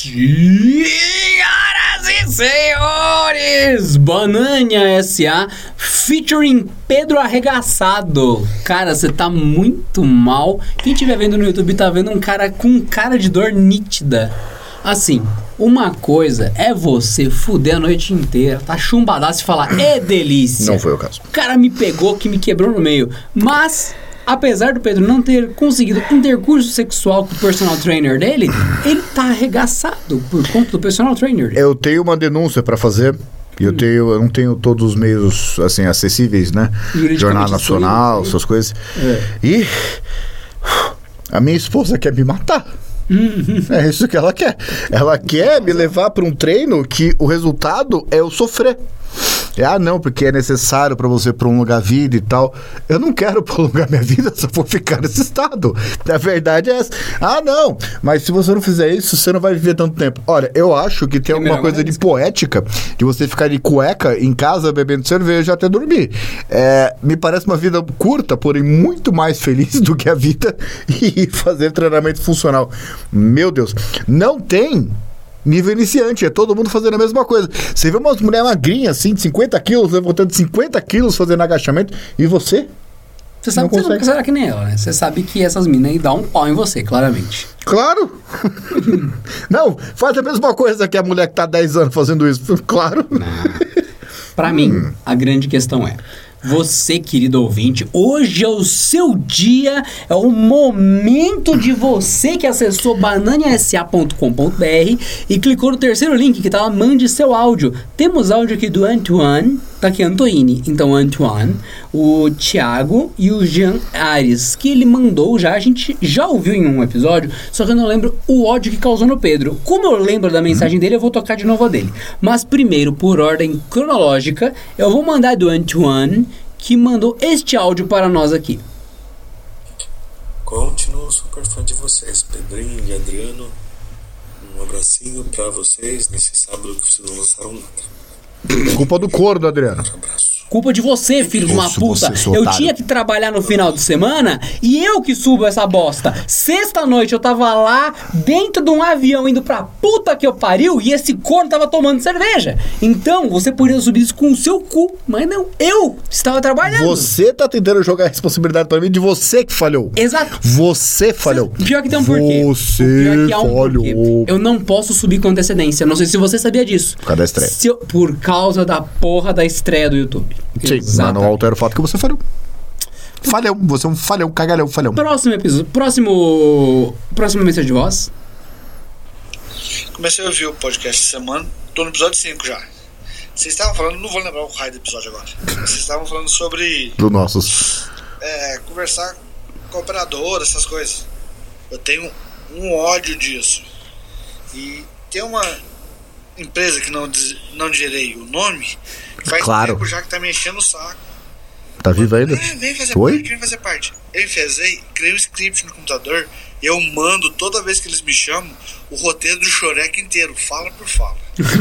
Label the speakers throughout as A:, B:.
A: Senhoras e senhores, Banânia S.A. featuring Pedro Arregaçado. Cara, você tá muito mal. Quem estiver vendo no YouTube tá vendo um cara com cara de dor nítida. Assim, uma coisa é você fuder a noite inteira, tá chumbadaço e falar, é delícia.
B: Não foi o caso.
A: O cara me pegou, que me quebrou no meio. Mas, apesar do Pedro não ter conseguido intercurso sexual com o personal trainer dele, ele tá arregaçado por conta do personal trainer dele.
B: Eu tenho uma denúncia pra fazer. Eu não tenho todos os meios assim acessíveis, né? Jornal Nacional, essas coisas. E a minha esposa quer me matar. É isso que ela quer. Ela quer me levar para um treino que o resultado é eu sofrer. Não, porque é necessário para você prolongar a vida e tal. Eu não quero prolongar minha vida se eu for ficar nesse estado. A verdade é essa. Não, mas se você não fizer isso, você não vai viver tanto tempo. Olha, eu acho que tem alguma coisa de poética de você ficar de cueca em casa bebendo cerveja até dormir. Me parece uma vida curta, porém muito mais feliz do que a vida e fazer treinamento funcional. Meu Deus, não tem nível iniciante, é todo mundo fazendo a mesma coisa. Você vê umas mulheres magrinhas assim, de 50 quilos, levantando 50 quilos fazendo agachamento, e você?
A: Você sabe que você não será que nem ela, né? Você sabe que essas minas aí dão um pau em você, claramente.
B: Claro! Não, faz a mesma coisa que a mulher que tá há 10 anos fazendo isso. Claro!
A: Pra mim, a grande questão é: você, querido ouvinte, hoje é o seu dia, é o momento de você que acessou bananiasa.com.br e clicou no terceiro link que tá lá, mande seu áudio. Temos áudio aqui do Antoine, tá aqui Antoine, então Antoine, o Thiago e o Jean Ares, que ele mandou já, a gente já ouviu em um episódio, só que eu não lembro o ódio que causou no Pedro. Como eu lembro da mensagem dele, eu vou tocar de novo a dele. Mas primeiro, por ordem cronológica, eu vou mandar do Antoine, que mandou este áudio para nós aqui.
C: Continuo super fã de vocês, Pedrinho e Adriano. Um abracinho pra vocês nesse sábado que vocês não lançaram nada.
B: Culpa do corno, Adriano.
C: Um abraço.
A: Culpa de você, filho de uma puta. Eu tinha que trabalhar no final de semana e eu que subo essa bosta. Sexta-noite eu tava lá dentro de um avião indo pra puta que eu pariu e esse corno tava tomando cerveja. Então você podia subir isso com o seu cu, mas não, eu estava trabalhando.
B: Você tá tentando jogar a responsabilidade pra mim de você que falhou.
A: Exato.
B: Você falhou.
A: Pior que tem um porquê.
B: Você falhou.
A: Eu não posso subir com antecedência. Não sei se você sabia disso.
B: Por causa da estreia.
A: Por causa da porra da estreia do YouTube.
B: Sim, mas não altera o fato que você falhou. Falhou, você é um falhão, cagalhão, falhão.
A: Próximo episódio, próxima mensagem de voz.
D: Comecei a ouvir o podcast essa semana, tô no episódio 5 já. Vocês estavam falando, não vou lembrar o raio do episódio agora. Vocês estavam falando sobre
B: do nossos.
D: Conversar com a operadora, essas coisas. Eu tenho um ódio disso. E tem uma empresa que não direi o nome, faz tempo já que tá me enchendo o saco.
B: Tá vivo ainda?
D: Vem fazer parte. Eu criei um script no computador e eu mando, toda vez que eles me chamam, o roteiro do Shrek inteiro, fala por fala.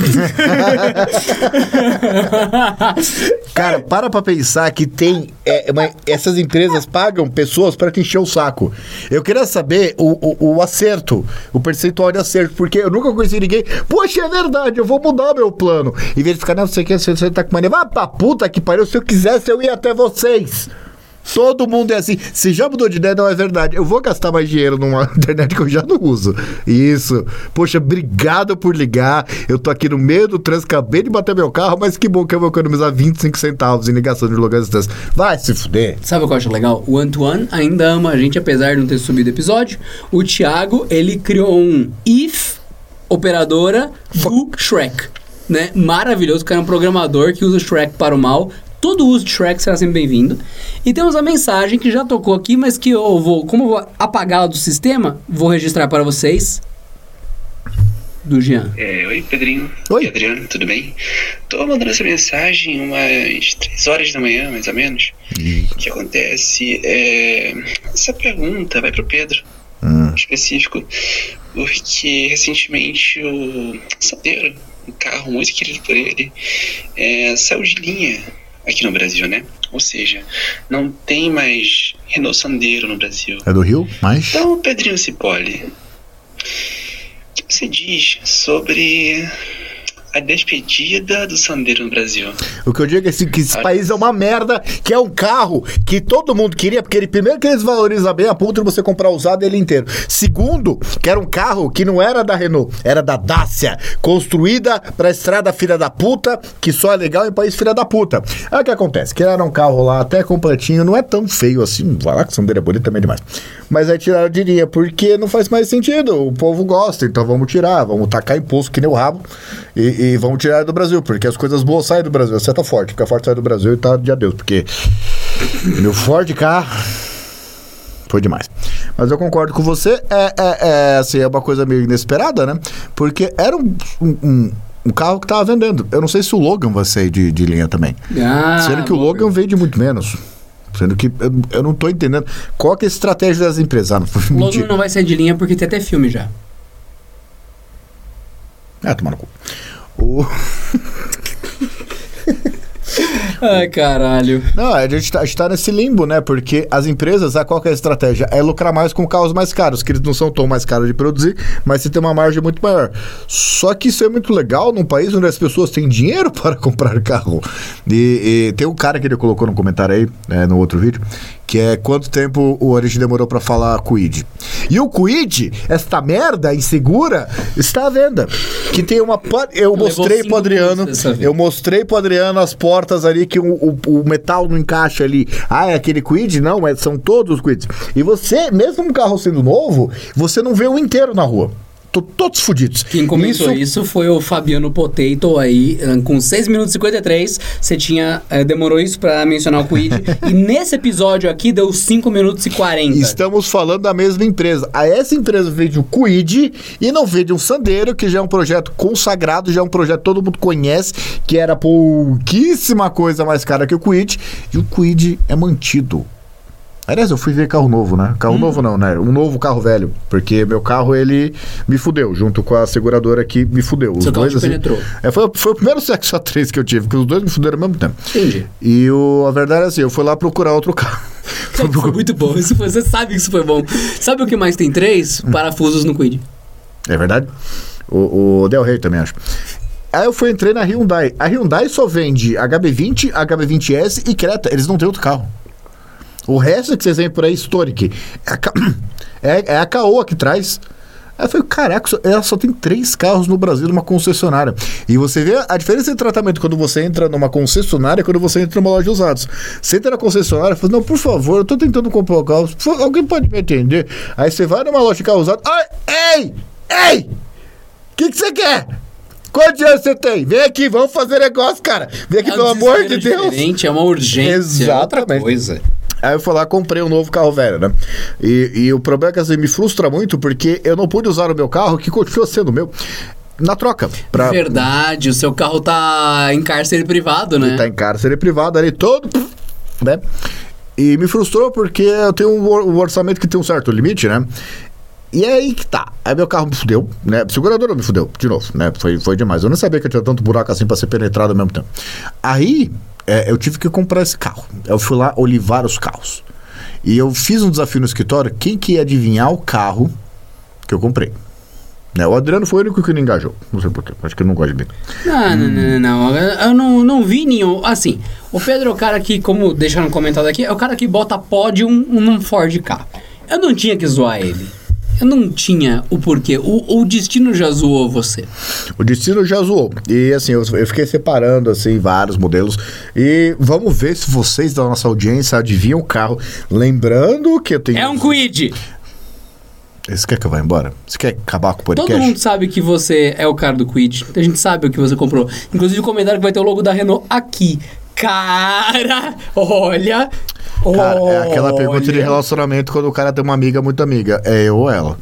B: Cara, pra pensar que tem essas empresas pagam pessoas pra te encher o saco. Eu queria saber o acerto, o percentual de acerto, porque eu nunca conheci ninguém. Poxa, é verdade, eu vou mudar meu plano. Em vez de ficar, não, você tá com mania, vai pra puta que pariu, se eu quisesse eu ia até vocês. Todo mundo é assim. Se já mudou de ideia, não é verdade. Eu vou gastar mais dinheiro numa internet que eu já não uso. Isso. Poxa, obrigado por ligar. Eu tô aqui no meio do trânsito, acabei de bater meu carro, mas que bom que eu vou economizar 25 centavos em ligação de longa distância. Vai se fuder.
A: Sabe o que eu acho legal? O Antoine ainda ama a gente, apesar de não ter subido o episódio. O Thiago, ele criou um if operadora do Shrek, né? Maravilhoso, o cara é um programador que usa o Shrek para o mal. Todo uso de Shrek será sempre bem-vindo. E temos a mensagem que já tocou aqui, mas que como eu vou apagá-la do sistema, vou registrar para vocês. Do Jean.
E: Oi, Pedrinho.
B: Oi.
E: E Adriano, tudo bem? Tô mandando essa mensagem umas 3 horas da manhã, mais ou menos. O que acontece essa pergunta vai pro Pedro, específico, porque recentemente o Sandero, um carro muito querido por ele, saiu de linha aqui no Brasil, né? Ou seja, não tem mais Renault Sandero no Brasil.
B: É do Rio? Mas...
E: Então, Pedrinho Cipolli, que você diz sobre a despedida do Sandero no Brasil?
B: O que eu digo é assim, que esse país é uma merda, que é um carro que todo mundo queria, porque primeiro que eles valorizam bem a ponto de você comprar usado ele inteiro. Segundo, que era um carro que não era da Renault, era da Dacia, construída pra estrada filha da puta, que só é legal em país filha da puta. Aí o que acontece? Que era um carro lá até completinho, não é tão feio assim, vai lá que o Sandero é bonito também demais. Mas aí tiraram de linha, porque não faz mais sentido, o povo gosta, então vamos tirar, vamos tacar imposto que nem o rabo e vamos tirar do Brasil, porque as coisas boas saem do Brasil, você tá forte, fica forte, sai do Brasil e tá de adeus, porque meu Ford Ka foi demais. Mas eu concordo com você, assim, é uma coisa meio inesperada, né? Porque era um carro que tava vendendo. Eu não sei se o Logan vai sair de linha também. Sendo que o Logan vende muito menos. Sendo que eu não tô entendendo qual que é a estratégia das empresas.
A: O Logan não vai sair de linha porque tem até filme já.
B: Tomar no cu.
A: Ai, caralho.
B: Não, a gente tá nesse limbo, né? Porque as empresas, qual que é a estratégia? É lucrar mais com carros mais caros, que eles não são tão mais caros de produzir, mas você tem uma margem muito maior. Só que isso é muito legal num país onde as pessoas têm dinheiro para comprar carro. E tem um cara que ele colocou no comentário aí, no outro vídeo, que é quanto tempo o Origem demorou pra falar Kwid. E o Kwid, esta merda insegura, está à venda. Que tem uma... Eu mostrei pro Adriano as portas ali que o metal não encaixa ali. É aquele Kwid? Não, são todos os Kwids. E você, mesmo um carro sendo novo, você não vê o inteiro na rua. Todos fodidos.
A: Quem comentou isso foi o Fabiano Potato aí, com 6 minutos e 53, você demorou isso pra mencionar o Kwid, e nesse episódio aqui deu 5 minutos e 40.
B: Estamos falando da mesma empresa. Essa empresa vende o Kwid e não vende um Sandero, que já é um projeto consagrado, já é um projeto que todo mundo conhece, que era pouquíssima coisa mais cara que o Kwid, e o Kwid é mantido. Aliás, eu fui ver carro novo, né? Carro novo não, né? Um novo carro velho. Porque meu carro, ele me fudeu, junto com a seguradora que me fudeu. Os
A: Seu
B: dois,
A: carro te penetrou.
B: Foi o primeiro sexo A3 que eu tive, porque os dois me fuderam ao mesmo tempo.
A: Entendi.
B: E a verdade é assim, eu fui lá procurar outro carro.
A: Foi muito bom, você sabe que isso foi bom. Sabe o que mais tem? 3 parafusos no Kwid.
B: É verdade? O Del Rey também, acho. Aí eu entrei na Hyundai. A Hyundai só vende HB20, HB20S e Creta. Eles não têm outro carro. O resto que vocês veem por aí, Historic, é a Caoa que traz. Aí eu falei, caraca, ela só tem 3 carros no Brasil numa concessionária. E você vê a diferença de tratamento quando você entra numa concessionária e quando você entra numa loja de usados. Você entra na concessionária e fala, não, por favor, eu tô tentando comprar o carro, alguém pode me atender? Aí você vai numa loja de carro usado, ei! O que você quer? Quantos anos você tem? Vem aqui, vamos fazer negócio, cara. Vem aqui, pelo amor de Deus.
A: É uma urgência,
B: exatamente.
A: É outra coisa.
B: Aí eu fui lá, comprei um novo carro velho, né? E o problema é que assim, me frustra muito porque eu não pude usar o meu carro, que continua sendo meu, na troca.
A: Verdade, o seu carro tá em cárcere privado, né?
B: Ele tá em cárcere privado ali todo, né? E me frustrou porque eu tenho um orçamento que tem um certo limite, né? E é aí que tá. Aí meu carro me fudeu, né? A seguradora me fudeu, de novo, né? Foi demais. Eu não sabia que eu tinha tanto buraco assim pra ser penetrado ao mesmo tempo. Aí... eu tive que comprar esse carro. Eu fui lá olivar os carros. E eu fiz um desafio no escritório. Quem que ia adivinhar o carro que eu comprei? O Adriano foi o único que não engajou. Não sei porquê. Acho que ele não gosta de mim.
A: Não. Eu não vi nenhum. Assim, o Pedro é o cara que, como deixaram comentado aqui, é o cara que bota pódio num Ford Ka. Eu não tinha que zoar ele. Eu não tinha o porquê. O destino já zoou você. O destino já zoou.
B: E assim, eu fiquei separando assim vários modelos. E vamos ver se vocês da nossa audiência adivinham o carro. Lembrando que eu tenho...
A: É um Kwid!
B: Você quer que eu vá embora? Você quer acabar com o podcast?
A: Todo mundo sabe que você é o cara do Kwid. A gente sabe o que você comprou. Inclusive o comentário que vai ter o logo da Renault aqui. Cara, olha...
B: Cara, é aquela pergunta de relacionamento quando o cara tem uma amiga muito amiga. É eu ou ela?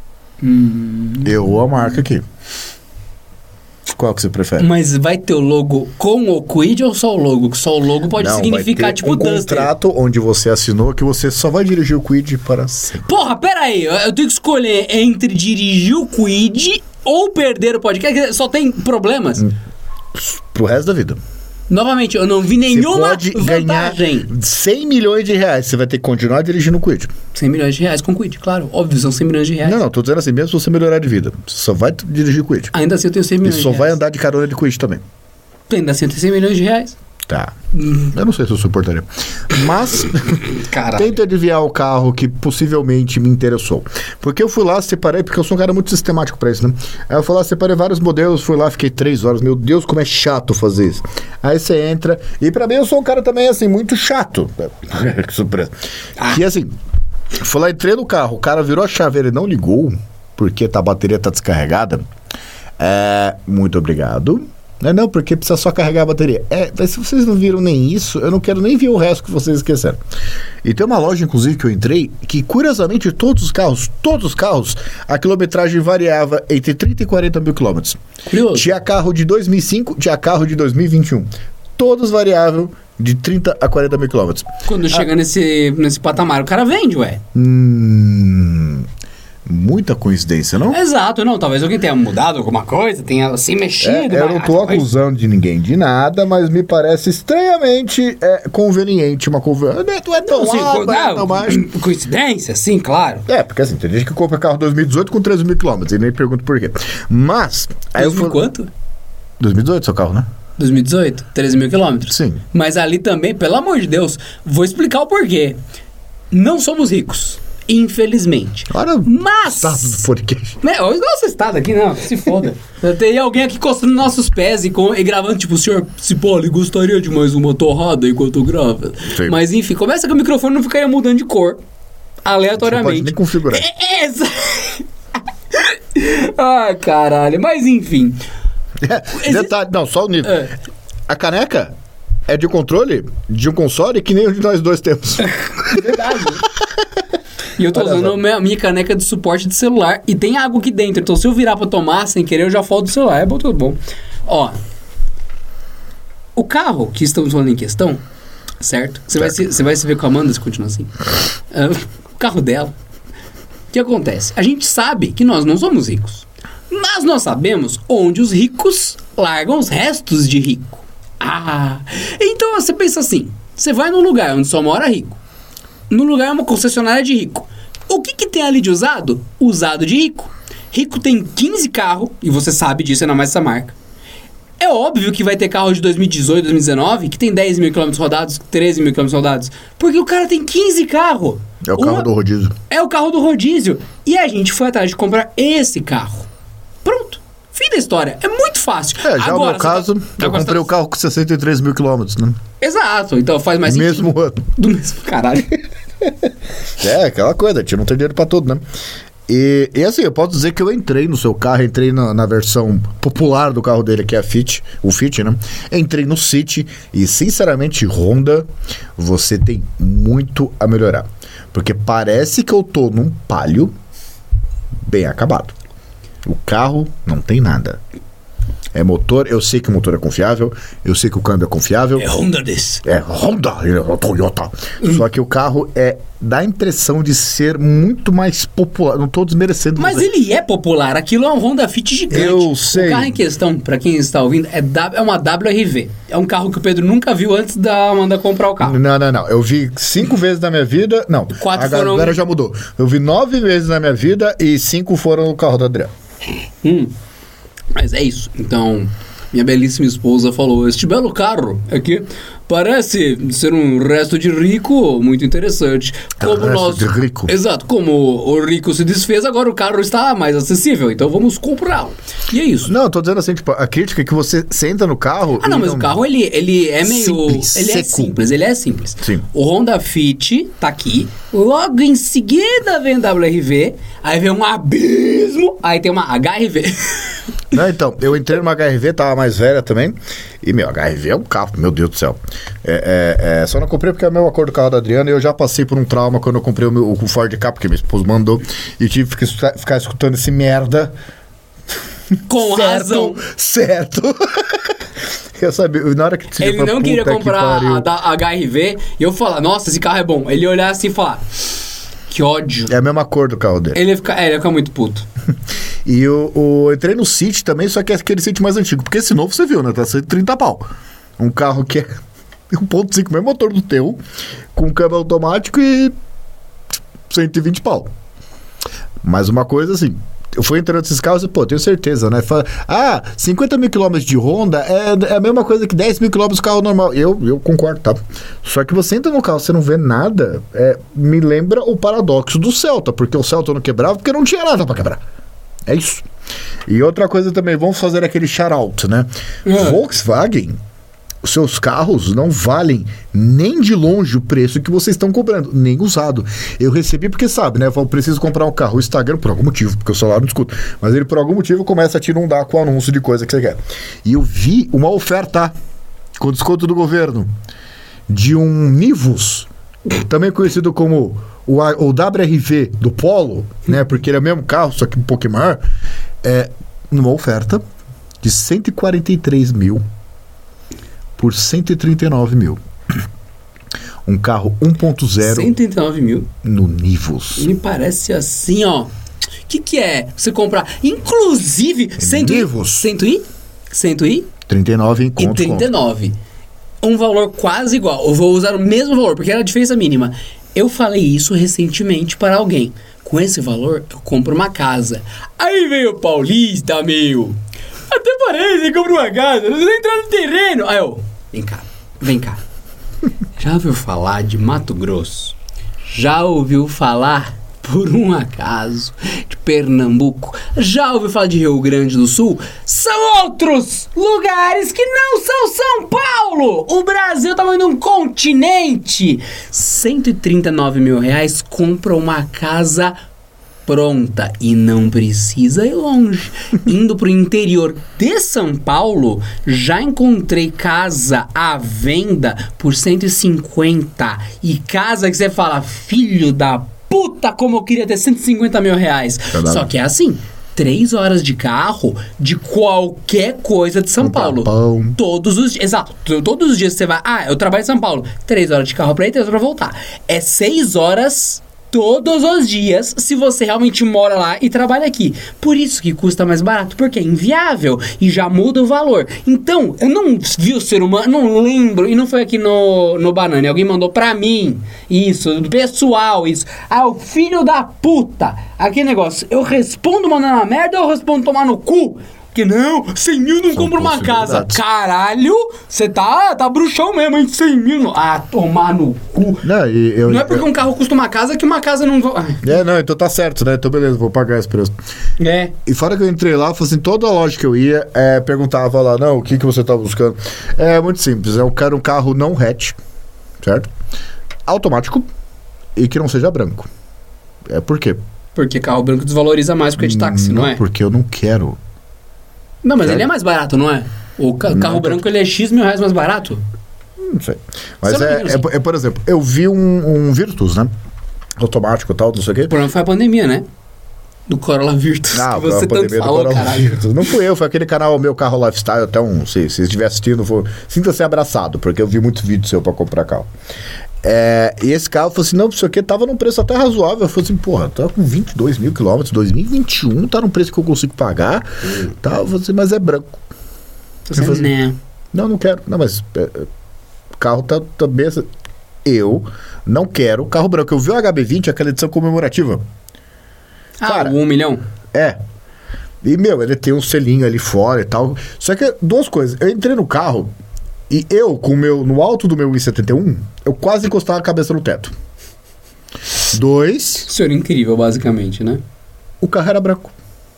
B: Eu ou a marca aqui? Qual que você prefere?
A: Mas vai ter o logo com o Kwid ou só o logo? Que só o logo pode significar tipo
B: Duster. Um contrato onde você assinou que você só vai dirigir o Kwid para sempre.
A: Porra, pera aí. Eu tenho que escolher entre dirigir o Kwid ou perder o podcast. Só tem problemas?
B: Pro resto da vida.
A: Novamente, eu não vi nenhuma
B: vantagem. Você pode ganhar 100 milhões de reais. Você vai ter que continuar dirigindo o Kwid.
A: 100 milhões de reais com o Kwid, claro. Óbvio, são 100 milhões de reais.
B: Não, tô dizendo assim, mesmo se você melhorar de vida. Você só vai dirigir o Kwid.
A: Ainda assim eu tenho 100 milhões de reais.
B: E só vai andar de carona de Kwid também.
A: Ainda assim eu tenho 100 milhões de reais.
B: Tá. Eu não sei se eu suportaria. Mas, tenta adivinhar o carro que possivelmente me interessou. Porque eu fui lá, separei, porque eu sou um cara muito sistemático pra isso, né? Aí eu fui lá, separei vários modelos, fui lá, fiquei 3 horas. Meu Deus, como é chato fazer isso. Aí você entra, e pra mim eu sou um cara também, assim, muito chato. Que surpresa. Que assim, fui lá, entrei no carro, o cara virou a chave, ele não ligou, porque a bateria tá descarregada. Muito obrigado. Não, porque precisa só carregar a bateria. Mas se vocês não viram nem isso, eu não quero nem ver o resto que vocês esqueceram. E tem uma loja, inclusive, que eu entrei, que curiosamente todos os carros, a quilometragem variava entre 30 e 40 mil quilômetros.
A: Curioso.
B: Tinha carro de 2005, tinha carro de 2021. Todos variavam de 30 a 40 mil quilômetros.
A: Quando chega nesse patamar, o cara vende, ué.
B: Muita coincidência, não?
A: Exato, não. Talvez alguém tenha mudado alguma coisa, tenha se mexido.
B: Eu não tô acusando de ninguém de nada, mas me parece estranhamente conveniente uma conversa. Não é tão
A: coincidência, sim, claro.
B: Porque assim, tem gente que compra carro 2018 com 13 mil quilômetros, e nem pergunto por quê. Mas...
A: Quanto?
B: 2018 seu carro, né?
A: 2018, 13 mil quilômetros.
B: Sim.
A: Mas ali também, pelo amor de Deus, vou explicar o porquê. Não somos ricos. Infelizmente.
B: Mas...
A: Nosso estado aqui, não. Se foda. Tem alguém aqui coçando nossos pés e gravando, tipo, o senhor Cipolle gostaria de mais uma torrada enquanto grava. Sim. Mas enfim, começa que o microfone não ficaria mudando de cor. Aleatoriamente.
B: Você pode nem configurar.
A: Ai, caralho. Mas enfim.
B: Detalhe, não, só o nível. A caneca é de controle de um console que nem o de nós dois temos.
A: Verdade. E eu tô usando a minha caneca de suporte de celular e tem água aqui dentro. Então, se eu virar pra tomar sem querer, eu já falo do celular. Tudo bom. Ó, o carro que estamos falando em questão, certo? Você vai se ver com a Amanda se continua assim. O carro dela. O que acontece? A gente sabe que nós não somos ricos. Mas nós sabemos onde os ricos largam os restos de rico. Então você pensa assim. Você vai num lugar onde só mora rico. No lugar é uma concessionária de rico. O que tem ali de usado? Usado de rico. Rico tem 15 carros, e você sabe disso, ainda mais essa marca. É óbvio que vai ter carro de 2018, 2019, que tem 10 mil quilômetros rodados, 13 mil quilômetros rodados. Porque o cara tem 15 carros.
B: É o carro do rodízio.
A: É o carro do rodízio. E a gente foi atrás de comprar esse carro. Pronto. Fim da história. É muito fácil.
B: Já no meu caso, eu comprei o carro com 63 mil quilômetros, né?
A: Exato. Então faz mais sentido.
B: Mesmo ano.
A: Do mesmo caralho.
B: Aquela coisa. A gente não tem dinheiro pra tudo, né? E assim, eu posso dizer que eu entrei no seu carro, entrei na versão popular do carro dele, que é o Fit, né? Entrei no City e, sinceramente, Honda, você tem muito a melhorar. Porque parece que eu tô num Palio bem acabado. O carro não tem nada. É motor, eu sei que o motor é confiável, eu sei que o câmbio é confiável.
A: É Honda desse.
B: É Honda, é Toyota. Só que o carro dá a impressão de ser muito mais popular. Não tô desmerecendo.
A: Mas ele é popular. Aquilo é um Honda Fit gigante.
B: Eu sei.
A: O carro em questão, pra quem está ouvindo, é uma WRV. É um carro que o Pedro nunca viu antes da Amanda comprar o carro.
B: Não. Eu vi 5 vezes na minha vida. Não,
A: 4 foram...
B: Agora já mudou. Eu vi 9 vezes na minha vida e 5 foram no carro do Adriano.
A: Mas é isso. Então, minha belíssima esposa falou: este belo carro aqui parece ser um resto de rico muito interessante.
B: De rico.
A: Exato. Como o rico se desfez, agora o carro está mais acessível. Então vamos comprá-lo. E é isso.
B: Não, eu tô dizendo assim, tipo, a crítica é que você senta no carro...
A: mas o carro, ele é meio...
B: Simples,
A: ele é simples.
B: Sim.
A: O Honda Fit tá aqui. Logo em seguida vem a WRV. Aí vem um abismo. Aí tem uma HRV.
B: Não, então, eu entrei numa HRV, tava mais velha também. E, HRV é um carro, meu Deus do céu. Só não comprei porque é a mesma cor do carro da Adriana. E eu já passei por um trauma quando eu comprei o Ford Ka, porque minha esposa mandou. E tive que ficar escutando esse merda.
A: Com razão.
B: Certo. Eu sabia, na hora que
A: ele não queria comprar a HRV. E eu falar, nossa, esse carro é bom. Ele olhar assim e falar, que ódio.
B: É a mesma cor do carro dele.
A: Ele ia ficar muito puto.
B: E eu entrei no City também, só que é aquele City mais antigo. Porque esse novo você viu, né? Tá 130 pau. Um carro que é 1.5, mesmo motor do teu, com câmbio automático e 120 pau. Mas uma coisa assim, eu fui entrando nesses carros e, tenho certeza, né? 50 mil quilômetros de Honda é a mesma coisa que 10 mil quilômetros de carro normal. Eu concordo, tá? Só que você entra no carro, você não vê nada, me lembra o paradoxo do Celta, porque o Celta não quebrava porque não tinha nada pra quebrar. É isso. E outra coisa também, vamos fazer aquele shout-out, né? Volkswagen, os seus carros não valem nem de longe o preço que vocês estão cobrando, nem usado. Eu recebi porque sabe, né? Eu preciso comprar um carro. O Instagram, por algum motivo, porque o celular não escuta, mas ele por algum motivo começa a te inundar com anúncio de coisa que você quer. E eu vi uma oferta com desconto do governo de um Nivus, também conhecido como o WRV do Polo, né? Porque ele é o mesmo carro, só que um pouco maior. Numa oferta de 143 mil por 139 mil. Um carro 1.0.
A: 139 mil?
B: No Nivus.
A: Me parece assim, ó. O que é você comprar? Inclusive,
B: Nivus.
A: 39
B: em conto.
A: 39. Um valor quase igual. Eu vou usar o mesmo valor, porque era a diferença mínima. Eu falei isso recentemente para alguém. Com esse valor, eu compro uma casa. Aí veio o paulista, meu. Até parece que compra uma casa, não precisa entrar no terreno. Aí eu, vem cá. Já ouviu falar de Mato Grosso? Já ouviu falar, por um acaso, de Pernambuco? Já ouviu falar de Rio Grande do Sul? São outros lugares que não são São Paulo! O Brasil é o tamanho de um continente! 139 mil reais compra uma casa pronta e não precisa ir longe. Indo pro interior de São Paulo, já encontrei casa à venda por 150. E casa que você fala, filho da puta, como eu queria ter 150 mil reais. Só que é assim, 3 horas de carro de qualquer coisa de São Paulo.
B: Pão.
A: Todos os dias. Exato. Todos os dias você vai. Eu trabalho em São Paulo. 3 horas de carro pra ir, 3 horas pra voltar. É 6 horas todos os dias, se você realmente mora lá e trabalha aqui. Por isso que custa mais barato, porque é inviável e já muda o valor. Então, eu não vi o ser humano, não lembro, e não foi aqui no Banana, alguém mandou pra mim isso, do pessoal, isso. O filho da puta, aquele negócio, eu respondo mandando a merda ou eu respondo tomar no cu? Que não, 100 mil não compra uma casa. Caralho, você tá bruxão mesmo, hein? 100 mil. Tomar no cu. Não é porque um carro custa uma casa que uma casa não...
B: Não, então tá certo, né? Então beleza, vou pagar esse preço. E fora que eu entrei lá, assim, toda a loja que eu ia, perguntava lá, não, o que você tá buscando? É muito simples, eu quero um carro não hatch, certo? Automático e que não seja branco. Por quê?
A: Porque carro branco desvaloriza mais porque é de táxi, não é?
B: Porque eu não quero.
A: Não, mas ele é mais barato, não é? O carro branco ele é X mil reais mais barato?
B: Não sei. Mas por exemplo, eu vi um Virtus, né? Automático e tal, não sei o quê.
A: O problema foi a pandemia, né? Do Corolla Virtus, que você tanto falou, caralho.
B: Virtus. Não fui eu, foi aquele canal Meu Carro Lifestyle, até se você estiver assistindo, sinta-se abraçado, porque eu vi muito vídeo seu pra comprar carro. E esse carro, eu falei assim, não sei o que, tava num preço até razoável. Eu falei assim, porra, tá com 22 mil quilômetros, 2021, tá num preço que eu consigo pagar. Eu falei assim, mas é branco.
A: Assim,
B: não quero. Não, mas o carro tá bem assim. Eu não quero carro branco. Eu vi o HB20, aquela edição comemorativa.
A: Cara, o 1 milhão?
B: E, ele tem um selinho ali fora e tal. Só que 2 coisas. Eu entrei no carro e eu, no alto do meu I-71, eu quase encostava a cabeça no teto. 2...
A: Senhor incrível, basicamente, né?
B: O carro era branco.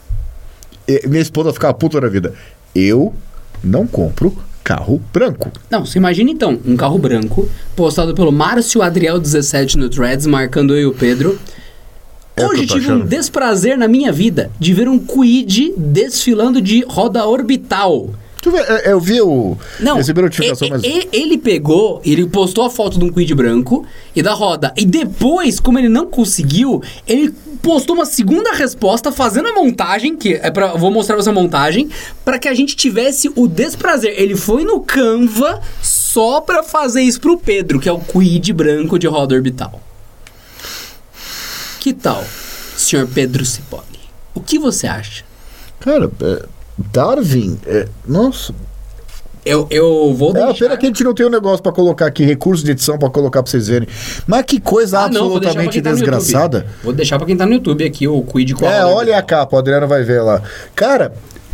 B: Minha esposa ficava puta da vida. Eu não compro carro branco.
A: Não, você imagina então, um carro branco, postado pelo Márcio Adriel 17 no Threads, marcando eu e o Pedro. Hoje tive um desprazer na minha vida de ver um Kwid desfilando de roda orbital.
B: Eu vi recebi notificação, mas...
A: ele postou a foto de um Kwid branco e da roda. E depois, como ele não conseguiu, ele postou uma segunda resposta fazendo a montagem, vou mostrar pra você a montagem, pra que a gente tivesse o desprazer. Ele foi no Canva só pra fazer isso pro Pedro, que é o Kwid branco de roda orbital. Que tal, senhor Pedro Cipolle? O que você acha?
B: Cara, Darwin, nossa,
A: Eu vou deixar...
B: É a pena que a gente não tem um negócio pra colocar aqui, recurso de edição pra colocar pra vocês verem. Mas que coisa absolutamente desgraçada.
A: Vou deixar pra quem tá no YouTube aqui, o Quid com a
B: olha a capa, o Adriano vai ver lá. Cara,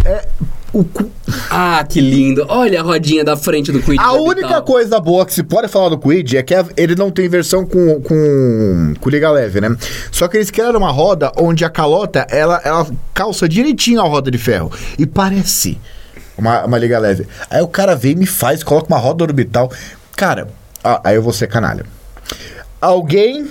A: Ah, que lindo. Olha a rodinha da frente do Quid.
B: A única coisa boa que se pode falar do Quid é que ele não tem versão com liga leve, né? Só que eles criaram uma roda onde a calota, ela calça direitinho a roda de ferro. E parece uma liga leve. Aí o cara vem e me coloca uma roda orbital. Cara, aí eu vou ser canalha. Alguém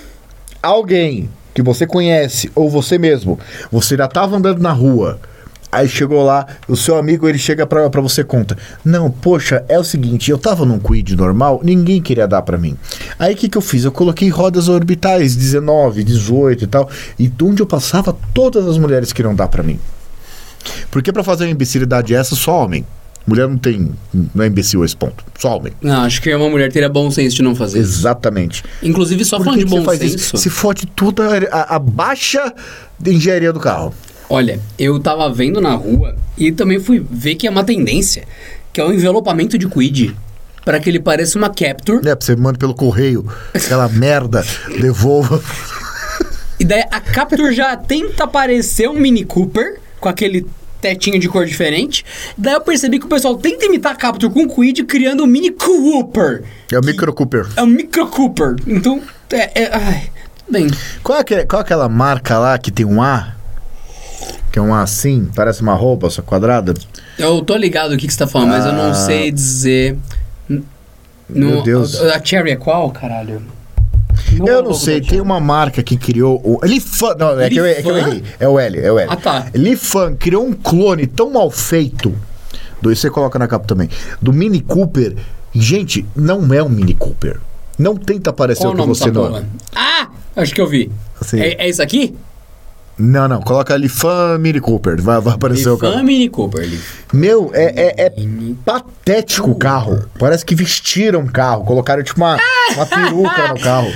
B: que você conhece, ou você mesmo, você já tava andando na rua... Aí chegou lá, o seu amigo, ele chega pra você e conta. Não, poxa, é o seguinte, eu tava num Quid normal, ninguém queria dar pra mim. Aí o que eu fiz? Eu coloquei rodas orbitais, 19, 18 e tal. E onde eu passava, todas as mulheres queriam dar pra mim. Porque pra fazer uma imbecilidade essa, só homem. Mulher não é imbecil a esse ponto. Só homem.
A: Não, acho que uma mulher teria bom senso de não fazer isso.
B: Exatamente.
A: Inclusive, só falando de bom senso...
B: Se fode tudo a baixa de engenharia do carro.
A: Olha, eu tava vendo na rua e também fui ver que é uma tendência, que é o envelopamento de Quid, para que ele pareça uma Captur.
B: Pra você manda pelo correio, aquela merda, devolva.
A: E daí a Captur já tenta parecer um Mini Cooper, com aquele tetinho de cor diferente. Daí eu percebi que o pessoal tenta imitar a Captur com Quid, criando um Mini Cooper.
B: É o Micro Cooper.
A: É o Micro Cooper. Então, ai, bem.
B: Qual é aquela marca lá que tem um A? Que é um assim, parece uma roupa, só quadrada.
A: Eu tô ligado o que você tá falando, mas eu não sei dizer...
B: Meu Deus.
A: A Cherry é qual, caralho?
B: Eu não sei, tem uma marca que criou... Lifan, não, é que eu errei. É o L.
A: Ah, tá.
B: Lifan criou um clone tão mal feito, isso você coloca na capa também, do Mini Cooper. Gente, não é um Mini Cooper. Não tenta parecer o que você não é.
A: Ah, acho que eu vi.
B: Assim.
A: É isso aqui?
B: Não, coloca Lifan Mini Cooper, vai aparecer o carro.
A: Lifan Mini Cooper.
B: Meu, é patético o carro. Parece que vestiram o carro, colocaram tipo uma peruca no carro.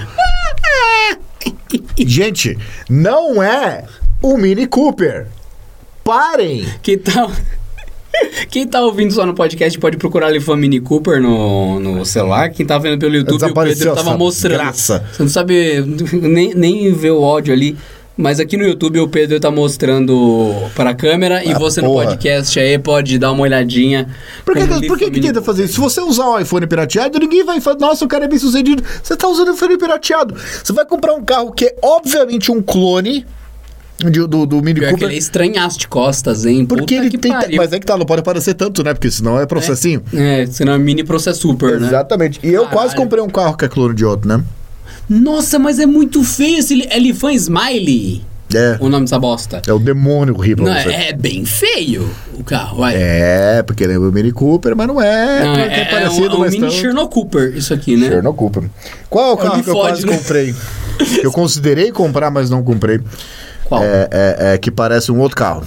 B: Gente, não é o Mini Cooper. Parem!
A: Quem tá ouvindo só no podcast pode procurar Lifan Mini Cooper no celular. Quem tá vendo pelo YouTube, o Pedro tava mostrando.
B: Graça.
A: Você não sabe nem ver o áudio ali. Mas aqui no YouTube o Pedro tá mostrando para a câmera e você no podcast aí pode dar uma olhadinha.
B: Por que tenta fazer isso? Se você usar um iPhone pirateado, ninguém vai falar, nossa, o cara é bem sucedido. Você tá usando um iPhone pirateado. Você vai comprar um carro que é obviamente um clone do Mini Cooper.
A: Ele é estranhaço de costas, hein?
B: Porque ele tem... Mas é que tá, não pode aparecer tanto, né? Porque senão é processinho.
A: Senão é mini process super, né?
B: Exatamente. E eu quase comprei um carro que é clone de outro, né?
A: Nossa, mas é muito feio esse Lifan Smiley.
B: É.
A: O nome dessa bosta.
B: É o demônio rir pra você.
A: É bem feio o carro, vai.
B: É, porque lembra o Mini Cooper, mas não é.
A: Não, é parecido,
B: mas
A: mini Chernow Cooper, isso aqui, né?
B: Chernow Cooper. Qual é o carro que eu quase comprei? Que eu considerei comprar, mas não comprei.
A: Qual?
B: É que parece um outro carro.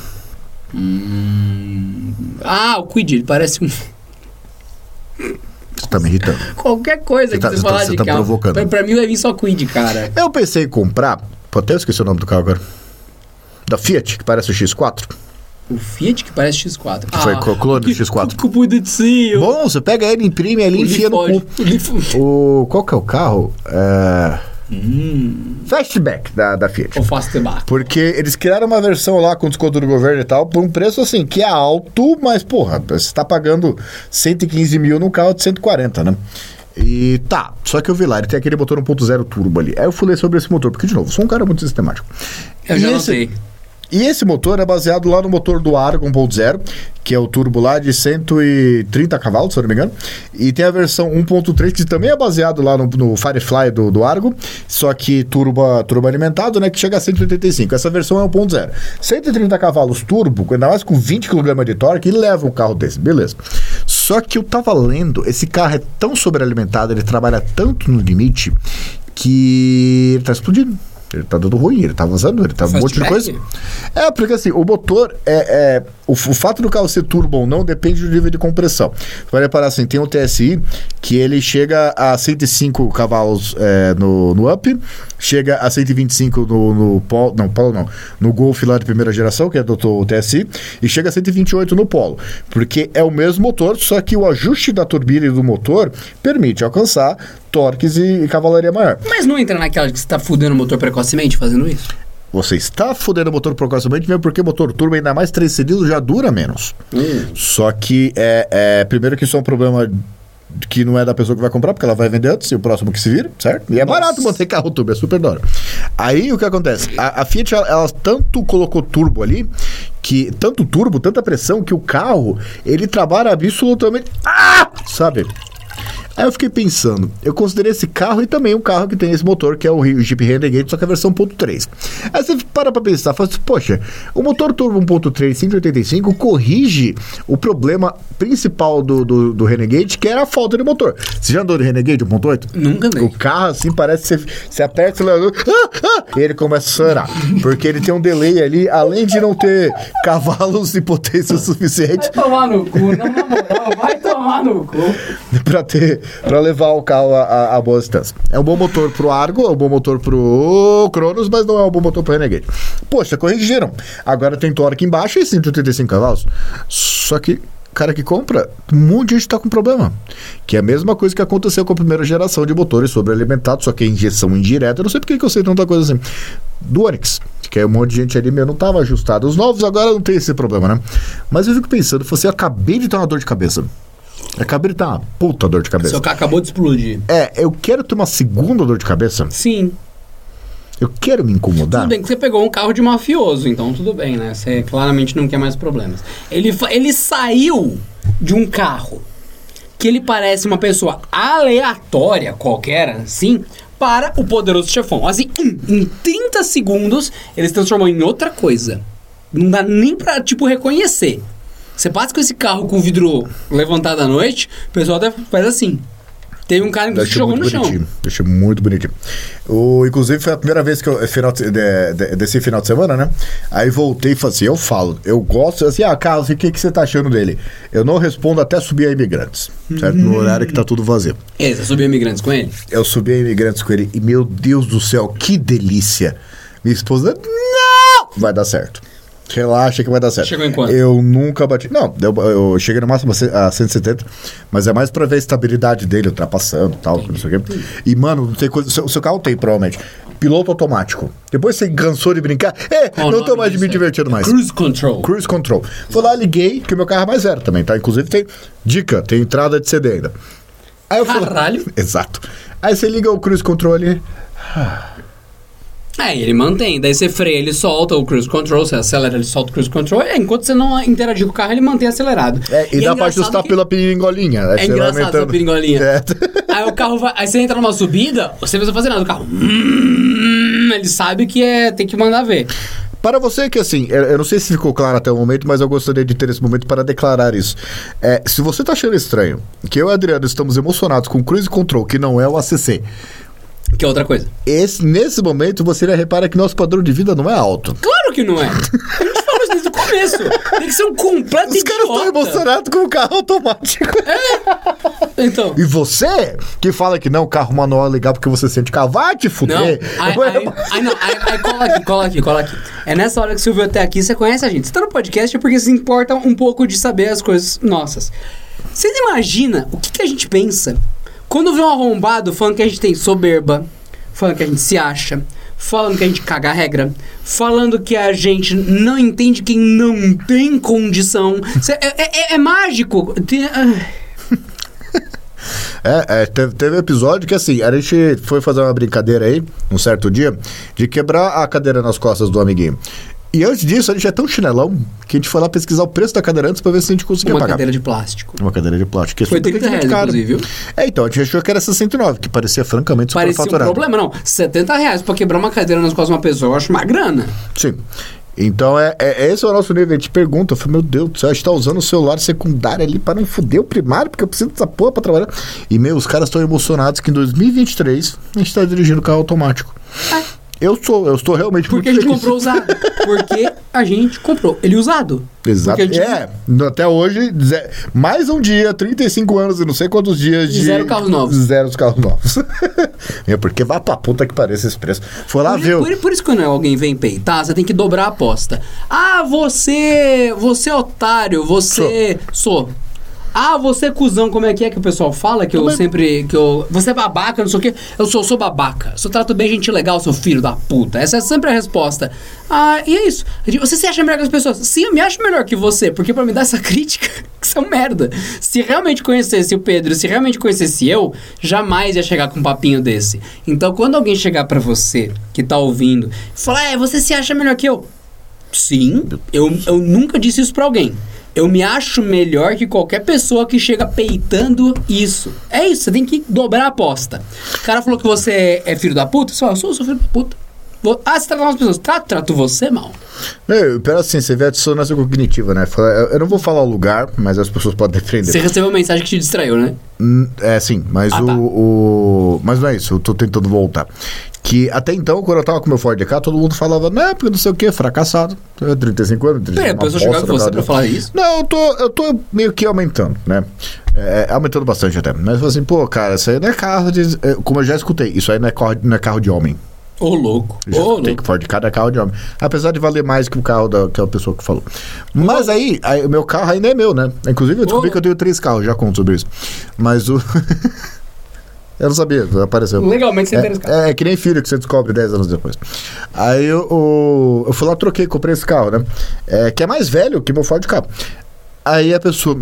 A: O Quid, ele parece um...
B: Você tá me irritando.
A: Qualquer coisa que você falar de
B: carro. Provocando.
A: Pra mim vai vir só Quid, cara.
B: Eu pensei em comprar... Até eu esqueci o nome do carro agora. Da Fiat, que parece o X4.
A: O Fiat que parece X4.
B: Que foi clone do X4.
A: Que bonitinho.
B: Bom, você pega ele, imprime ali e enfia no cu. Qual que é o carro? Fastback da Fiat.
A: O Fastback.
B: Porque eles criaram uma versão lá com desconto do governo e tal, por um preço assim, que é alto, mas porra, você tá pagando 115 mil num carro de 140, né? E tá, só que eu vi lá, ele tem aquele motor 1.0 turbo ali. Aí eu falei sobre esse motor, porque de novo, eu sou um cara muito sistemático.
A: Eu já notei.
B: E esse motor é baseado lá no motor do Argo 1.0, que é o turbo lá de 130 cavalos, se eu não me engano. E tem a versão 1.3, que também é baseado lá no Firefly do Argo, só que turbo alimentado, né, que chega a 185. Essa versão é 1.0. 130 cavalos turbo, ainda mais com 20 kg de torque, e leva um carro desse, beleza. Só que eu tava lendo, esse carro é tão sobrealimentado, ele trabalha tanto no limite, que ele tá explodindo. Ele tá dando ruim, ele tá vazando, ele tá um monte de coisa. Porque assim, o motor o fato do carro ser turbo ou não depende do nível de compressão. Vai reparar assim, tem um TSI que ele chega a 105 cavalos no up, chega a 125 no Polo, no Golf lá de primeira geração, que é do TSI, e chega a 128 no Polo, porque é o mesmo motor, só que o ajuste da turbina e do motor permite alcançar torques e cavalaria maior.
A: Mas não entra naquela que você está fudendo o motor precocemente fazendo isso?
B: Você está fudendo o motor precocemente mesmo porque o motor turbo, ainda mais 3 cilindros, já dura menos. Só que, primeiro que isso é um problema que não é da pessoa que vai comprar, porque ela vai vender antes e o próximo que se vira, certo? E é barato manter carro turbo, é super da hora. Aí o que acontece? A Fiat, ela tanto colocou turbo ali, tanto turbo, tanta pressão, que o carro, ele trabalha absolutamente... Sabe? Aí eu fiquei pensando, eu considerei esse carro e também um carro que tem esse motor, que é o Jeep Renegade, só que a versão 1.3. Aí você para pra pensar, fala assim, poxa, o motor turbo 1.3 185 corrige o problema principal do Renegade, que era a falta de motor. Você já andou de Renegade 1.8?
A: Nunca andei.
B: O carro, assim, parece que você aperta o acelerador, e ele começa a acelerar. Porque ele tem um delay ali, além de não ter cavalos e potência suficiente.
A: Vai tomar no cu, não, na moral, vai tomar no cu.
B: Pra levar o carro a boa distância. É um bom motor pro Argo, é um bom motor pro Cronos, mas não é um bom motor pro Renegade. Poxa, corrigiram. Agora tem torque embaixo e 185 cavalos. Só que, cara que compra, um monte de gente tá com problema. Que é a mesma coisa que aconteceu com a primeira geração de motores sobrealimentados, só que é injeção indireta. Eu não sei porque que eu sei tanta coisa assim. Do Onix, que é um monte de gente ali não tava ajustado. Os novos agora não tem esse problema, né? Mas eu fico pensando, eu acabei de ter uma dor de cabeça. Acabei de ter uma puta dor de cabeça.
A: Seu carro acabou de explodir.
B: Eu quero ter uma segunda dor de cabeça.
A: Sim.
B: Eu quero me incomodar.
A: Tudo bem que você pegou um carro de mafioso, então tudo bem, né? Você claramente não quer mais problemas. Ele saiu de um carro que ele parece uma pessoa aleatória, qualquer, assim, para o poderoso chefão. Assim, em 30 segundos, ele se transformou em outra coisa. Não dá nem pra, reconhecer. Você passa com esse carro com o vidro levantado à noite, o pessoal faz assim. Teve um cara que jogou no chão.
B: Deixa muito bonitinho. Inclusive foi a primeira vez que eu desse final de semana, né? Aí voltei e falei assim, eu gosto, assim, Carlos, o que você tá achando dele? Eu não respondo até subir a Imigrantes, certo? No horário que tá tudo vazio.
A: Você subiu a Imigrantes com ele?
B: Eu subi a Imigrantes com ele e, meu Deus do céu, que delícia. Minha esposa, não! Vai dar certo. Relaxa que vai dar certo.
A: Chegou em quanto?
B: Eu nunca bati. Não, eu cheguei no máximo a 170, mas é mais pra ver a estabilidade dele, ultrapassando e tal, não sei o quê. E, mano, não tem coisa. Seu carro tem, provavelmente. Piloto automático. Depois você cansou de brincar. Não tô mais me divertindo mais.
A: Cruise Control.
B: Cruise Control. Fui lá, liguei, que o meu carro é mais velho também, tá? Inclusive tem dica, tem entrada de CD ainda. Aí eu
A: Caralho.
B: Exato. Aí você liga o Cruise Control ali.
A: Ele mantém. Daí você freia, ele solta o cruise control, você acelera, ele solta o cruise control. Enquanto você não interagir com o carro, ele mantém acelerado.
B: E dá pra ajustar pela piringolinha.
A: É engraçado essa piringolinha. Aí o carro vai... Aí você entra numa subida, você não precisa fazer nada. O carro... ele sabe que tem que mandar ver.
B: Para você que, assim, eu não sei se ficou claro até o momento, mas eu gostaria de ter esse momento para declarar isso. Se você tá achando estranho que eu e o Adriano estamos emocionados com o Cruise Control, que não é o ACC...
A: Que é outra coisa.
B: Nesse momento, você já repara que nosso padrão de vida não é alto.
A: Claro que não é. A gente falou isso desde o começo. Tem que ser um completo idiota.
B: Os caras estão emocionados com o carro automático.
A: Então.
B: E você, que fala que não, carro manual é legal porque você sente carro, vai te fuder.
A: Aí cola aqui. É nessa hora que você ouviu até aqui, você conhece a gente. Você tá no podcast porque se importa um pouco de saber as coisas nossas. Vocês imaginam o que a gente pensa quando vê um arrombado falando que a gente tem soberba, falando que a gente se acha, falando que a gente caga a regra, falando que a gente não entende quem não tem condição. É mágico.
B: Teve um episódio que, assim, a gente foi fazer uma brincadeira aí, um certo dia, de quebrar a cadeira nas costas do amiguinho. E antes disso, a gente é tão chinelão que a gente foi lá pesquisar o preço da cadeira antes pra ver se a gente conseguia pagar.
A: Uma cadeira de plástico.
B: Uma cadeira de plástico.
A: Foi R$30, inclusive, viu?
B: Então, a gente achou que era 69, que parecia francamente superfaturado.
A: Parecia um problema, não. R$70 pra quebrar uma cadeira nas costas de uma pessoa, eu acho uma grana.
B: Sim. Então, esse é o nosso nível. A gente pergunta, eu falo, meu Deus do céu, a gente tá usando o celular secundário ali para não foder o primário, porque eu preciso dessa porra pra trabalhar. E, os caras estão emocionados que em 2023 a gente tá dirigindo carro automático. Eu estou realmente
A: porque
B: muito
A: feliz. Porque a gente comprou usado. Porque a gente comprou ele usado.
B: Exato. Até hoje, mais um dia, 35 anos e não sei quantos dias de...
A: Zero carros novos.
B: Zero carros novos. Porque vai pra puta que pareça esse preço. Foi lá ver...
A: Por isso que quando alguém vem peitar, você tem que dobrar a aposta. Ah, você é otário, Sou. Ah, você é cuzão, como é que o pessoal fala? Você é babaca, não sei o quê. Eu sou babaca. Eu trato bem gente legal, seu filho da puta. Essa é sempre a resposta. Ah, e é isso. Você se acha melhor que as pessoas? Sim, eu me acho melhor que você, porque pra me dar essa crítica, isso é um merda. Se realmente conhecesse o Pedro, se realmente conhecesse eu, jamais ia chegar com um papinho desse. Então, quando alguém chegar pra você, que tá ouvindo, e falar, você se acha melhor que eu? Sim, eu nunca disse isso pra alguém. Eu me acho melhor que qualquer pessoa que chega peitando isso. É isso, você tem que dobrar a aposta. O cara falou que você é filho da puta? Você fala, eu sou filho da puta. Você trata as pessoas. Trato você mal.
B: Pera assim, você vê a dissonância cognitiva, né? Eu não vou falar o lugar, mas as pessoas podem defender.
A: Você recebeu uma mensagem que te distraiu, né?
B: Sim, mas
A: tá.
B: Mas não é isso, eu tô tentando voltar. Que até então, quando eu tava com meu Ford Ka, todo mundo falava, porque não sei o que, fracassado. 35 anos, 35
A: a pessoa chegava com você pra falar isso?
B: Não, eu tô meio que aumentando, né? Aumentando bastante até. Mas assim, cara, isso aí não é carro de... Como eu já escutei, isso aí não é carro de homem.
A: Ô, louco.
B: Tem que Ford Ka é carro de homem. Apesar de valer mais que o carro daquela pessoa que falou. Mas aí, o meu carro ainda é meu, né? Inclusive, eu descobri que eu tenho 3 carros, já conto sobre isso. Mas o... Eu não sabia, apareceu.
A: Legalmente você tem esse carro.
B: É que nem filho que você descobre 10 anos depois. Aí eu fui lá, comprei esse carro, né? Que é mais velho que meu Ford Ka. Aí a pessoa...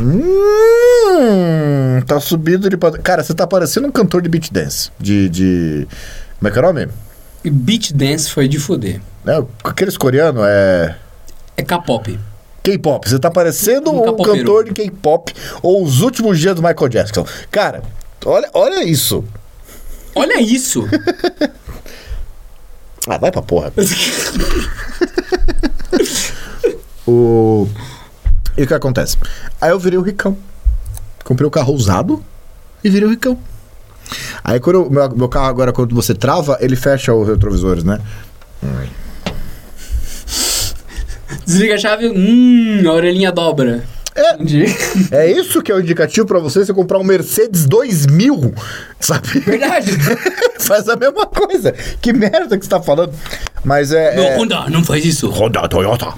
B: tá subindo de... Cara, você tá parecendo um cantor de beat dance. Como é que é o nome?
A: Beat dance foi de foder.
B: Aqueles coreanos é K-pop. K-pop. Você tá parecendo um cantor de K-pop ou os últimos dias do Michael Jackson. Cara... Olha isso.
A: Olha isso.
B: Vai pra porra. E o que acontece? Aí eu virei o ricão. Comprei o carro usado e virei o ricão. Aí quando meu carro agora, quando você trava, ele fecha os retrovisores, né?
A: Desliga a chave, a orelhinha dobra.
B: É isso que é o indicativo pra você comprar um Mercedes 2000, sabe?
A: Verdade.
B: Faz a mesma coisa. Que merda que você tá falando. Mas
A: Honda, não faz isso.
B: Honda, Toyota.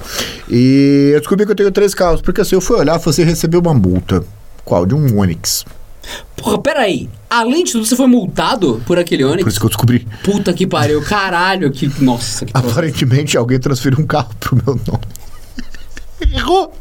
B: E eu descobri que eu tenho 3 carros. Porque assim, eu fui olhar, você recebeu uma multa. Qual? De um Onix.
A: Porra, peraí. Além de tudo, você foi multado por aquele Onix?
B: Por isso que eu descobri.
A: Puta que pariu. Caralho, nossa, que
B: aparentemente alguém transferiu um carro pro meu nome. Errou.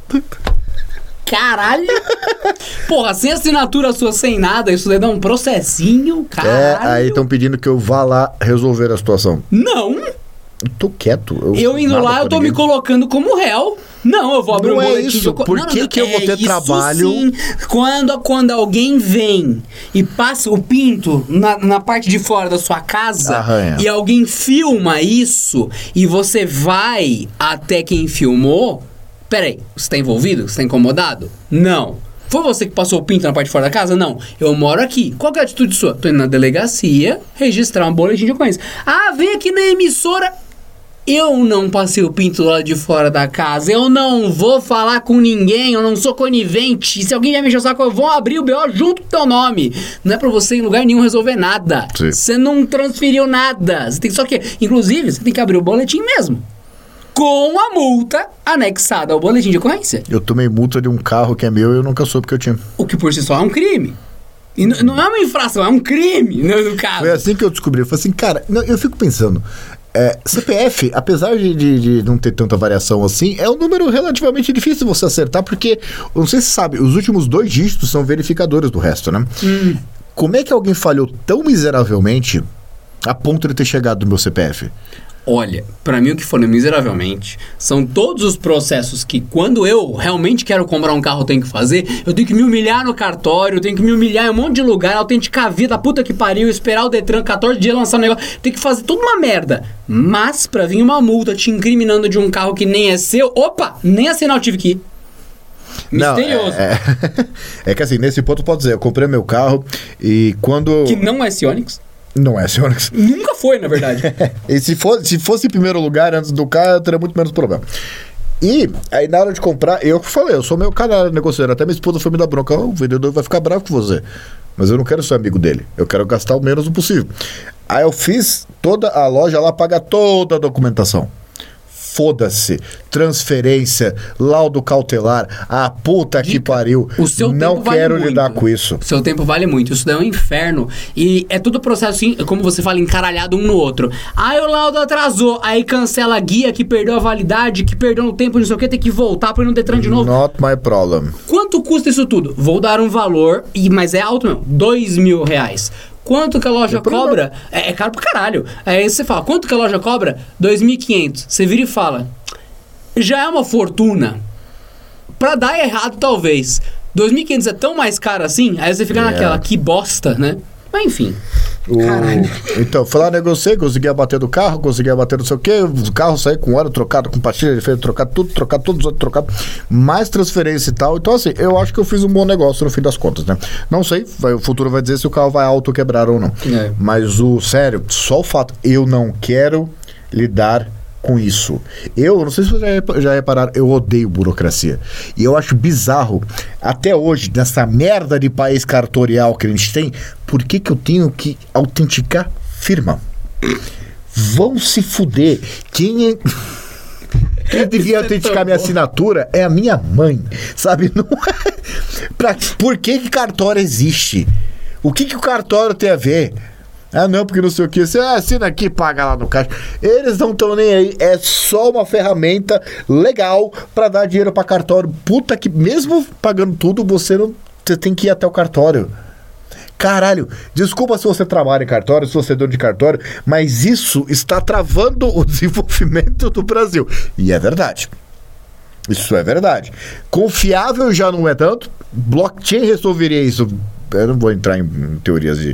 A: Caralho! Porra, sem assinatura sua, sem nada, isso daí dá um processinho, caralho.
B: Aí estão pedindo que eu vá lá resolver a situação.
A: Não!
B: Eu tô quieto.
A: Eu indo lá, eu tô me colocando como réu. Não, eu vou abrir um boletim.
B: Isso. Por que eu vou ter trabalho?
A: Sim. Quando alguém vem e passa o pinto na parte de fora da sua casa e alguém filma isso e você vai até quem filmou... Peraí, você tá envolvido? Você tá incomodado? Não. Foi você que passou o pinto na parte de fora da casa? Não. Eu moro aqui. Qual que é a atitude sua? Tô indo na delegacia registrar um boletim de ocorrência. Vem aqui na emissora. Eu não passei o pinto do lado de fora da casa. Eu não vou falar com ninguém. Eu não sou conivente. Se alguém vier me encher o saco, eu vou abrir o BO junto com o teu nome. Não é pra você em lugar nenhum resolver nada.
B: Sim.
A: Você não transferiu nada. Você tem só que... Inclusive, você tem que abrir o boletim mesmo. Com a multa anexada ao boletim de ocorrência.
B: Eu tomei multa de um carro que é meu e eu nunca soube que eu tinha.
A: O que por si só é um crime. E não é uma infração, é um crime no caso.
B: Foi assim que eu descobri. Eu falei assim, cara, eu fico pensando... CPF, apesar de não ter tanta variação assim, é um número relativamente difícil você acertar, porque, não sei se você sabe, os últimos 2 dígitos são verificadores do resto, né? Como é que alguém falhou tão miseravelmente a ponto de ter chegado no meu CPF?
A: Olha, pra mim o que falhou miseravelmente são todos os processos que quando eu realmente quero comprar um carro eu tenho que fazer. Eu tenho que me humilhar no cartório, eu tenho que me humilhar em um monte de lugar, autenticar a vida, puta que pariu, esperar o Detran 14 dias lançar um negócio. Tenho que fazer tudo uma merda. Mas pra vir uma multa te incriminando de um carro que nem é seu, nem assinar eu tive que ir. Misterioso.
B: É que assim, nesse ponto pode dizer, eu comprei meu carro e quando...
A: Que não é esse Onix?
B: Não é esse Onix.
A: Nunca foi, na verdade.
B: E se fosse em primeiro lugar antes do carro, eu teria muito menos problema. E aí na hora de comprar, eu falei, eu sou meio cara negociando. Até minha esposa foi me dar bronca. O vendedor vai ficar bravo com você. Mas eu não quero ser amigo dele. Eu quero gastar o menos possível. Aí eu fiz toda a loja, ela paga toda a documentação. Foda-se. Transferência, laudo cautelar. Ah, puta que pariu.
A: O seu
B: não
A: tempo
B: quero
A: vale
B: lidar
A: muito.
B: com isso.
A: O seu tempo vale muito. Isso daí é um inferno. E é tudo processo assim, como você fala, encaralhado um no outro. Aí o laudo atrasou. Aí cancela a guia que perdeu a validade, que perdeu no tempo, não sei o que, tem que voltar pra ir no Detran de novo.
B: Not my problem.
A: Quanto custa isso tudo? Vou dar um valor, mas é alto mesmo, R$2.000. Quanto que a loja cobra? É caro pra caralho. Aí você fala, quanto que a loja cobra? 2.500. Você vira e fala, já é uma fortuna. Pra dar errado, talvez. 2.500 é tão mais caro assim? Aí você fica naquela, que bosta, né? Mas enfim. Caralho.
B: Então, fui lá, negociei, consegui abater do carro, consegui abater não sei o quê, o carro saiu com óleo trocado, com pastilha, ele fez trocar tudo, os outros trocados, mais transferência e tal. Então, assim, eu acho que eu fiz um bom negócio no fim das contas, né? Não sei, o futuro vai dizer se o carro vai auto quebrar ou não. Mas sério, só o fato, eu não quero lidar com isso. Eu não sei se vocês já repararam, eu odeio burocracia. E eu acho bizarro, até hoje, nessa merda de país cartorial que a gente tem, por que eu tenho que autenticar firma? Vão se fuder. Quem devia autenticar minha assinatura é a minha mãe, sabe? Não é... Por que cartório existe? O que o cartório tem a ver? Ah, não, porque não sei o que. Você assina aqui e paga lá no caixa. Eles não estão nem aí. É só uma ferramenta legal pra dar dinheiro pra cartório. Puta que... Mesmo pagando tudo, você tem que ir até o cartório. Caralho. Desculpa se você trabalha em cartório, se você é dono de cartório, mas isso está travando o desenvolvimento do Brasil. E é verdade. Isso é verdade. Confiável já não é tanto. Blockchain resolveria isso. Eu não vou entrar em teorias de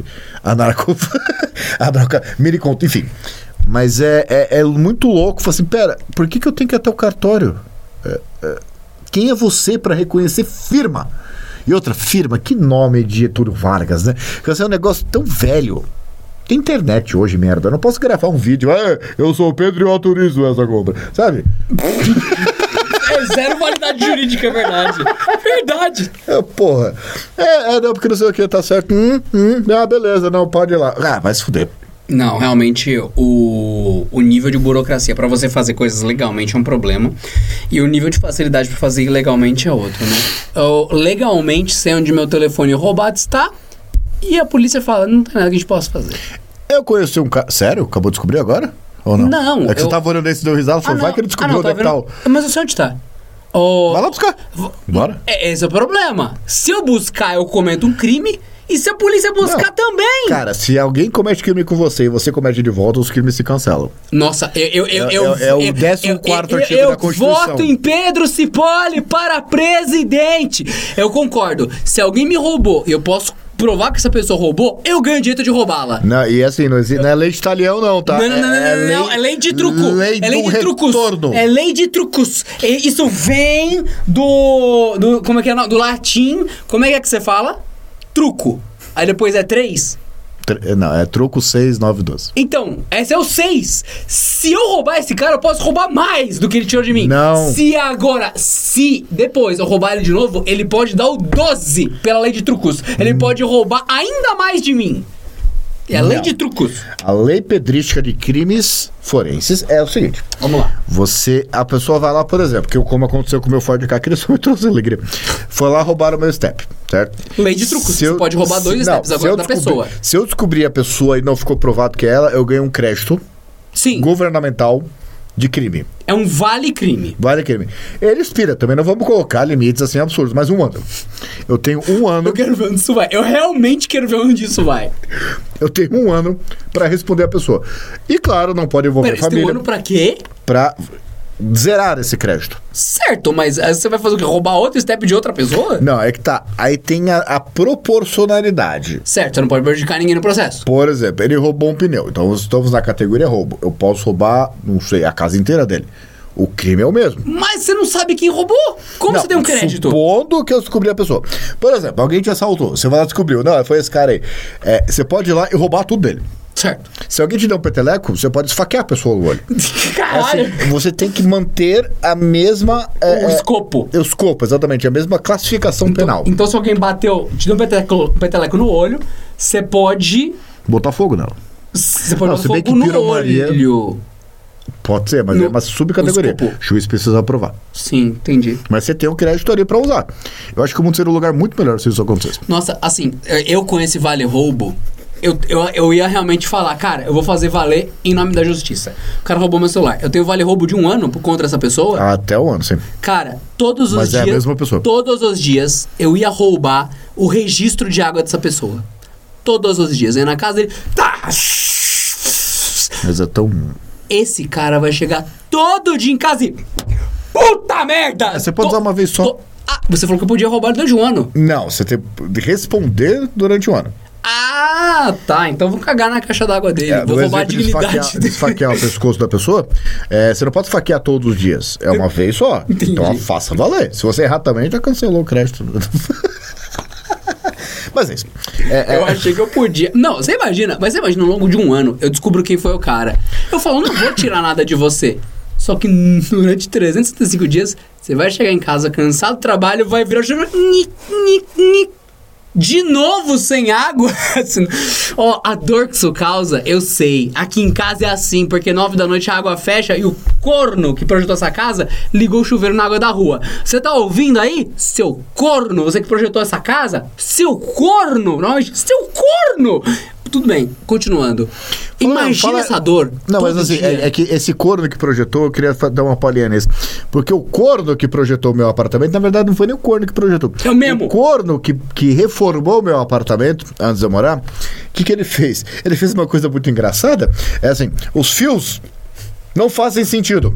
B: miniconto, enfim. Mas é muito louco. Fala assim, pera, por que eu tenho que ir até o cartório? Quem é você para reconhecer firma? E outra, firma, que nome de Getúlio Vargas, né? Porque é um negócio tão velho. Tem internet hoje, merda. Eu não posso gravar um vídeo. Eu sou o Pedro e eu autorizo essa compra. Sabe?
A: É zero validade jurídica, é verdade. Verdade.
B: Porra. Não, porque não sei o que, tá certo. Beleza, não, pode ir lá. Vai se fuder.
A: Não, realmente o nível de burocracia para você fazer coisas legalmente é um problema. E o nível de facilidade para fazer ilegalmente é outro, né? Eu legalmente sei onde meu telefone roubado está e a polícia fala, não tem nada que a gente possa fazer.
B: Eu conheci um cara... Sério? Acabou de descobrir agora? Ou não?
A: Não.
B: É que você tava olhando esse, deu risada, falou, vai que ele descobriu onde é que tá.
A: Mas eu sei onde tá.
B: Vai lá buscar. Bora.
A: Esse é o problema. Se eu buscar, eu cometo um crime... E se a polícia buscar também?
B: Cara, se alguém comete crime com você e você comete de volta, os crimes se cancelam.
A: Nossa,
B: é o 14º artigo da Constituição.
A: Eu voto em Pedro Cipolle para presidente. Eu concordo. Se alguém me roubou e eu posso provar que essa pessoa roubou, eu ganho direito de roubá-la.
B: Não, e assim, não é lei de talhão não, tá?
A: Não, é lei de truco.
B: Lei de trucos.
A: É lei de trucos. Isso vem do como é que é? Do latim. Como é que você fala? Truco. Aí depois é 3?
B: Não, é truco 6, 9, 12.
A: Então, esse é o 6. Se eu roubar esse cara, eu posso roubar mais do que ele tirou de mim.
B: Não.
A: Se depois eu roubar ele de novo, ele pode dar o 12 pela lei de trucos. Ele pode roubar ainda mais de mim. É a lei de trucos.
B: A lei pedrística de crimes forenses é o seguinte.
A: Vamos lá.
B: A pessoa vai lá, por exemplo, como aconteceu com o meu Ford Ka, que ele só me trouxe alegria. Foi lá roubar o meu step, certo?
A: Lei de trucos. Você pode roubar 2 steps agora da pessoa.
B: Se eu descobrir a pessoa e não ficou provado que é ela, eu ganho um crédito governamental de crime.
A: É um vale-crime.
B: Vale-crime. Ele expira, também não vamos colocar limites assim absurdos, mas 1 ano. Eu tenho 1 ano...
A: Eu quero ver onde isso vai. Eu realmente quero ver onde isso vai.
B: Eu tenho 1 ano pra responder a pessoa. E claro, não pode envolver família.
A: Você tem 1 ano pra quê?
B: Pra zerar esse crédito.
A: Certo, mas você vai fazer o quê? Roubar outro step de outra pessoa?
B: Não, é que tá. Aí tem a proporcionalidade.
A: Certo, você não pode prejudicar ninguém no processo.
B: Por exemplo, ele roubou um pneu. Então estamos na categoria roubo. Eu posso roubar, não sei, a casa inteira dele. O crime é o mesmo.
A: Mas você não sabe quem roubou? Como você tem um crédito?
B: Supondo que eu descobri a pessoa. Por exemplo, alguém te assaltou. Você vai lá e descobriu. Não, foi esse cara aí. Você pode ir lá e roubar tudo dele.
A: Certo.
B: Se alguém te der um peteleco, você pode esfaquear a pessoa no olho.
A: Caralho!
B: Assim, você tem que manter a mesma...
A: O escopo.
B: O escopo, exatamente. A mesma classificação penal.
A: Então, se alguém te deu um peteleco no olho, você pode...
B: Botar fogo nela.
A: Você pode botar fogo no olho.
B: Pode ser, mas é uma subcategoria. O juiz precisa aprovar.
A: Sim, entendi.
B: Mas você tem um crédito ali pra usar. Eu acho que o mundo seria um lugar muito melhor se isso acontecesse.
A: Nossa, assim, eu com esse vale roubo, eu ia realmente falar, cara, eu vou fazer valer em nome da justiça. O cara roubou meu celular. Eu tenho vale roubo de 1 ano contra essa pessoa.
B: Até 1 ano, sim.
A: Cara, todos os dias...
B: Mas é a mesma pessoa.
A: Todos os dias eu ia roubar o registro de água dessa pessoa. Todos os dias. Eu ia na casa dele... Tá!
B: Mas é tão...
A: Esse cara vai chegar todo dia em casa e... Puta merda!
B: Você pode usar uma vez só.
A: Você falou que eu podia roubar durante 1 ano.
B: Não, você tem que responder durante 1 ano.
A: Ah, tá. Então vou cagar na caixa d'água dele. Vou roubar a dignidade dele.
B: Esfaquear o pescoço da pessoa, você não pode esfaquear todos os dias. É uma vez só.
A: Entendi.
B: Então faça valer. Se você errar também, já cancelou o crédito. Mas é isso.
A: Eu achei que eu podia. Não, você imagina, mas você imagina, ao longo de 1 ano, eu descubro quem foi o cara. Eu falo, não vou tirar nada de você. Só que durante 365 dias, você vai chegar em casa cansado do trabalho, vai virar de novo sem água. Ó, a dor que isso causa, eu sei. Aqui em casa é assim, porque 9 da noite a água fecha e o corno que projetou essa casa ligou o chuveiro na água da rua. Você tá ouvindo aí? Seu corno, você que projetou essa casa? Seu corno! Seu corno! Tudo bem, continuando. Imagina essa dor.
B: Não, mas assim, é que esse corno que projetou, eu queria dar uma palhinha nisso. Porque o corno que projetou o meu apartamento, na verdade, não foi nem o corno que projetou.
A: É o mesmo.
B: O corno que reformou o meu apartamento, antes de eu morar, o que ele fez? Ele fez uma coisa muito engraçada. É assim, os fios não fazem sentido.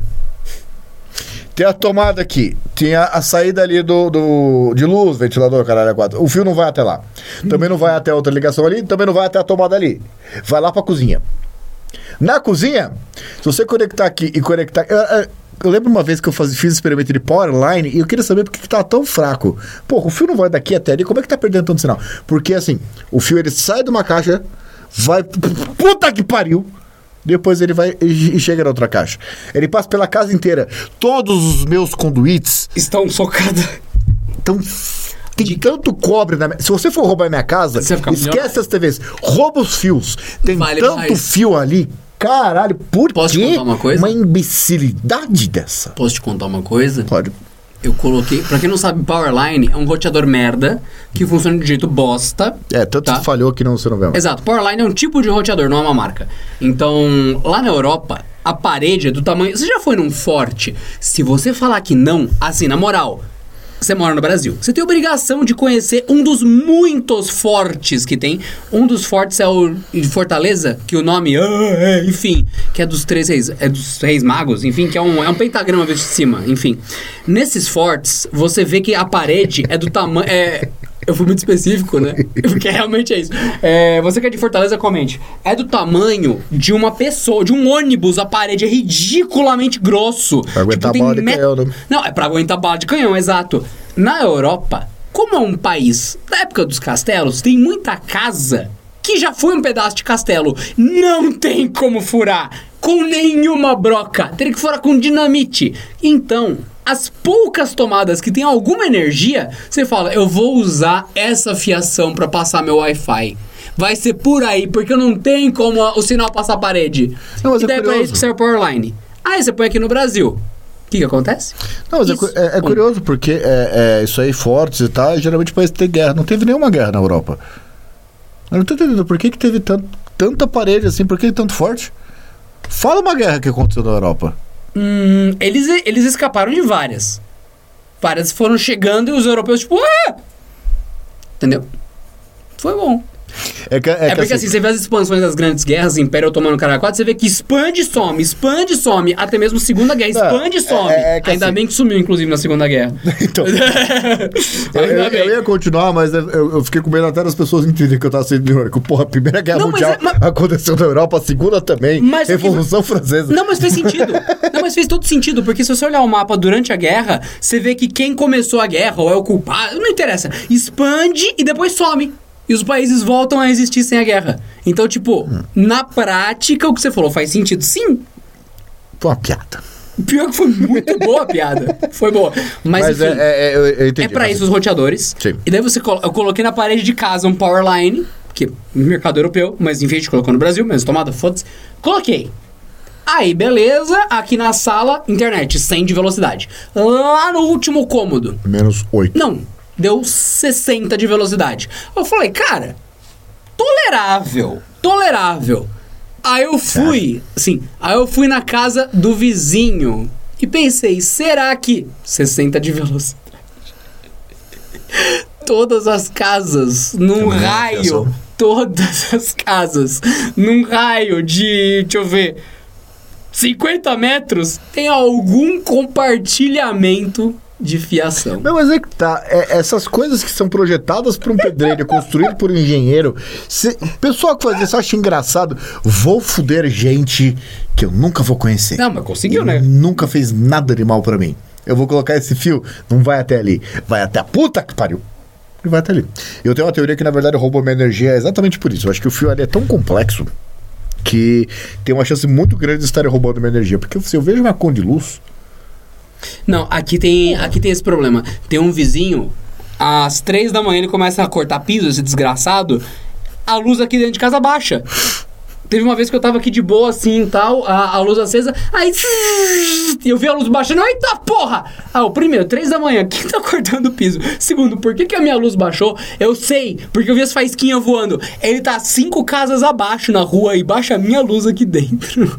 B: Tem a tomada aqui, tem a saída ali de luz, ventilador, caralho, 4. O fio não vai até lá. Também não vai até a outra ligação ali, também não vai até a tomada ali. Vai lá pra cozinha. Na cozinha, se você conectar aqui e conectar... Eu lembro uma vez que eu fiz experimento de Powerline e eu queria saber por que tava tão fraco. Pô, o fio não vai daqui até ali, como é que tá perdendo tanto sinal? Porque assim, o fio ele sai de uma caixa, vai... Puta que pariu! Depois ele vai e chega na outra caixa. Ele passa pela casa inteira. Todos os meus conduítes
A: estão socados.
B: Tem tanto cobre na minha... Se você for roubar a minha casa, esquece as TVs. Rouba os fios. Tem tanto fio ali. Caralho, por
A: Posso
B: quê?
A: Te contar uma coisa?
B: Uma imbecilidade dessa.
A: Posso te contar uma coisa?
B: Pode.
A: Eu coloquei... Pra quem não sabe, Powerline é um roteador merda que funciona de jeito bosta.
B: Tanto que falhou que você não vê mais.
A: Exato. Powerline é um tipo de roteador, não é uma marca. Então, lá na Europa, a parede é do tamanho... Você já foi num forte? Se você falar que não, assim, na moral... Você mora no Brasil. Você tem obrigação de conhecer um dos muitos fortes que tem. Um dos fortes é o de Fortaleza, que o nome... enfim, que é dos 3 reis... É dos reis magos, enfim, que é um pentagrama visto de cima, enfim. Nesses fortes, você vê que a parede é do tamanho... Eu fui muito específico, né? Porque realmente é isso. Você que é de Fortaleza, comente. É do tamanho de uma pessoa, de um ônibus. A parede é ridiculamente grosso.
B: Pra aguentar bala de canhão, né?
A: Não, é pra aguentar bala de canhão, exato. Na Europa, como é um país da época dos castelos, tem muita casa que já foi um pedaço de castelo. Não tem como furar com nenhuma broca. Teria que furar com dinamite. Então... As poucas tomadas que tem alguma energia, você fala, eu vou usar essa fiação para passar meu Wi-Fi. Vai ser por aí, porque não tem como o sinal passar a parede.
B: Não, mas
A: e daí é pra isso que serve o Powerline. Aí você põe aqui no Brasil. O que acontece?
B: Não, mas é curioso, porque isso aí, fortes e tal, geralmente país tem guerra. Não teve nenhuma guerra na Europa. Eu não tô entendendo por que teve tanta parede assim, por que tanto forte? Fala uma guerra que aconteceu na Europa.
A: Eles escaparam de várias. Várias foram chegando e os europeus, tipo... Entendeu? Foi bom. Porque assim, você vê as expansões das grandes guerras, Império Otomano, Caralho 4, você vê que expande e some, até mesmo Segunda Guerra, expande e some. Ainda
B: assim,
A: bem que sumiu, inclusive, na Segunda Guerra.
B: Então, eu ia continuar, mas eu fiquei com medo até das pessoas entenderem que eu tava sendo irônico. Porra, a Primeira Guerra Mundial aconteceu na Europa, a Segunda também, Revolução Francesa.
A: Não, mas fez sentido. Mas fez todo sentido, porque se você olhar o mapa durante a guerra, você vê que quem começou a guerra, ou é o culpado, não interessa, expande e depois some. E os países voltam a existir sem a guerra. Então, tipo, na prática, o que você falou faz sentido, sim.
B: Foi uma piada.
A: Pior que foi muito boa a piada. Foi boa. Mas enfim,
B: eu entendi,
A: pra isso os roteadores.
B: Sim.
A: E daí eu coloquei na parede de casa um power line, que no mercado europeu, mas enfim, a gente colocou no Brasil, mesmo tomada, foda-se. Coloquei. Aí, beleza, aqui na sala, internet, 100 de velocidade. Lá no último cômodo.
B: Menos 8.
A: Não, deu 60 de velocidade. Eu falei, cara, tolerável. Aí eu fui na casa do vizinho e pensei, será que 60 de velocidade? Todas as casas num raio, num raio de, deixa eu ver, 50 metros, tem algum compartilhamento de fiação.
B: Não, mas é que tá. Essas coisas que são projetadas por um pedreiro, construído por um engenheiro. O pessoal que faz isso acha engraçado. Vou fuder gente que eu nunca vou conhecer.
A: Não, mas conseguiu, né?
B: Nunca fez nada de mal pra mim. Eu vou colocar esse fio, não vai até ali. Vai até a puta que pariu. E vai até ali. Eu tenho uma teoria que, na verdade, roubou minha energia exatamente por isso. Eu acho que o fio ali é tão complexo que tem uma chance muito grande de estar roubando minha energia. Porque se eu vejo uma cor de luz...
A: Não, aqui tem esse problema. Tem um vizinho, às 3 da manhã ele começa a cortar piso, esse desgraçado. A luz aqui dentro de casa baixa. Teve uma vez que eu tava aqui de boa assim e tal, a luz acesa, aí eu vi a luz baixando, eita porra! O primeiro, 3 da manhã, quem tá cortando o piso? Segundo, por que a minha luz baixou? Eu sei, porque eu vi as faísquinhas voando. Ele tá 5 casas abaixo na rua e baixa a minha luz aqui dentro.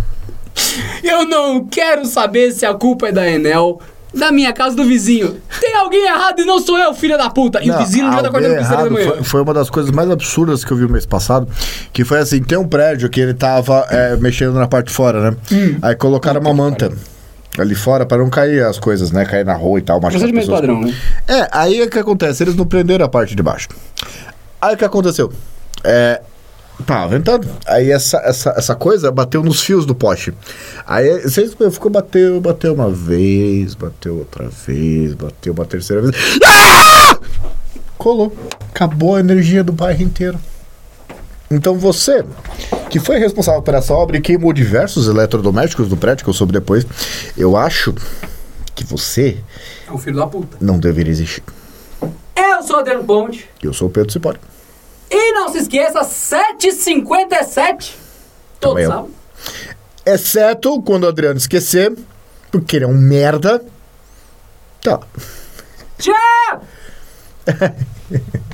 A: Eu não quero saber se a culpa é da Enel, da minha casa, do vizinho. Tem alguém errado e não sou eu, filha da puta. E o vizinho não já tá acordando com 3 da manhã.
B: Foi uma das coisas mais absurdas que eu vi o mês passado. Que foi assim, tem um prédio que ele tava mexendo na parte de fora, né? Aí colocaram uma manta ali fora pra não cair as coisas, né? Cair na rua e tal.
A: Procedimento padrão, né?
B: Aí o que acontece? Eles não prenderam a parte de baixo. Aí o que aconteceu? Tá ventando. Aí essa coisa bateu nos fios do poste. Aí ficou bateu uma vez, bateu outra vez, bateu uma terceira vez. Colou. Acabou a energia do bairro inteiro. Então você, que foi responsável por essa obra e queimou diversos eletrodomésticos do prédio, que eu soube depois, eu acho que você...
A: É um filho da puta.
B: Não deveria existir.
A: Eu sou o Adriano Ponte.
B: Eu sou o Pedro Cipori.
A: E não se esqueça, 7h57, todo sábado.
B: Exceto quando o Adriano esquecer, porque ele é um merda. Tá.
A: Tchau!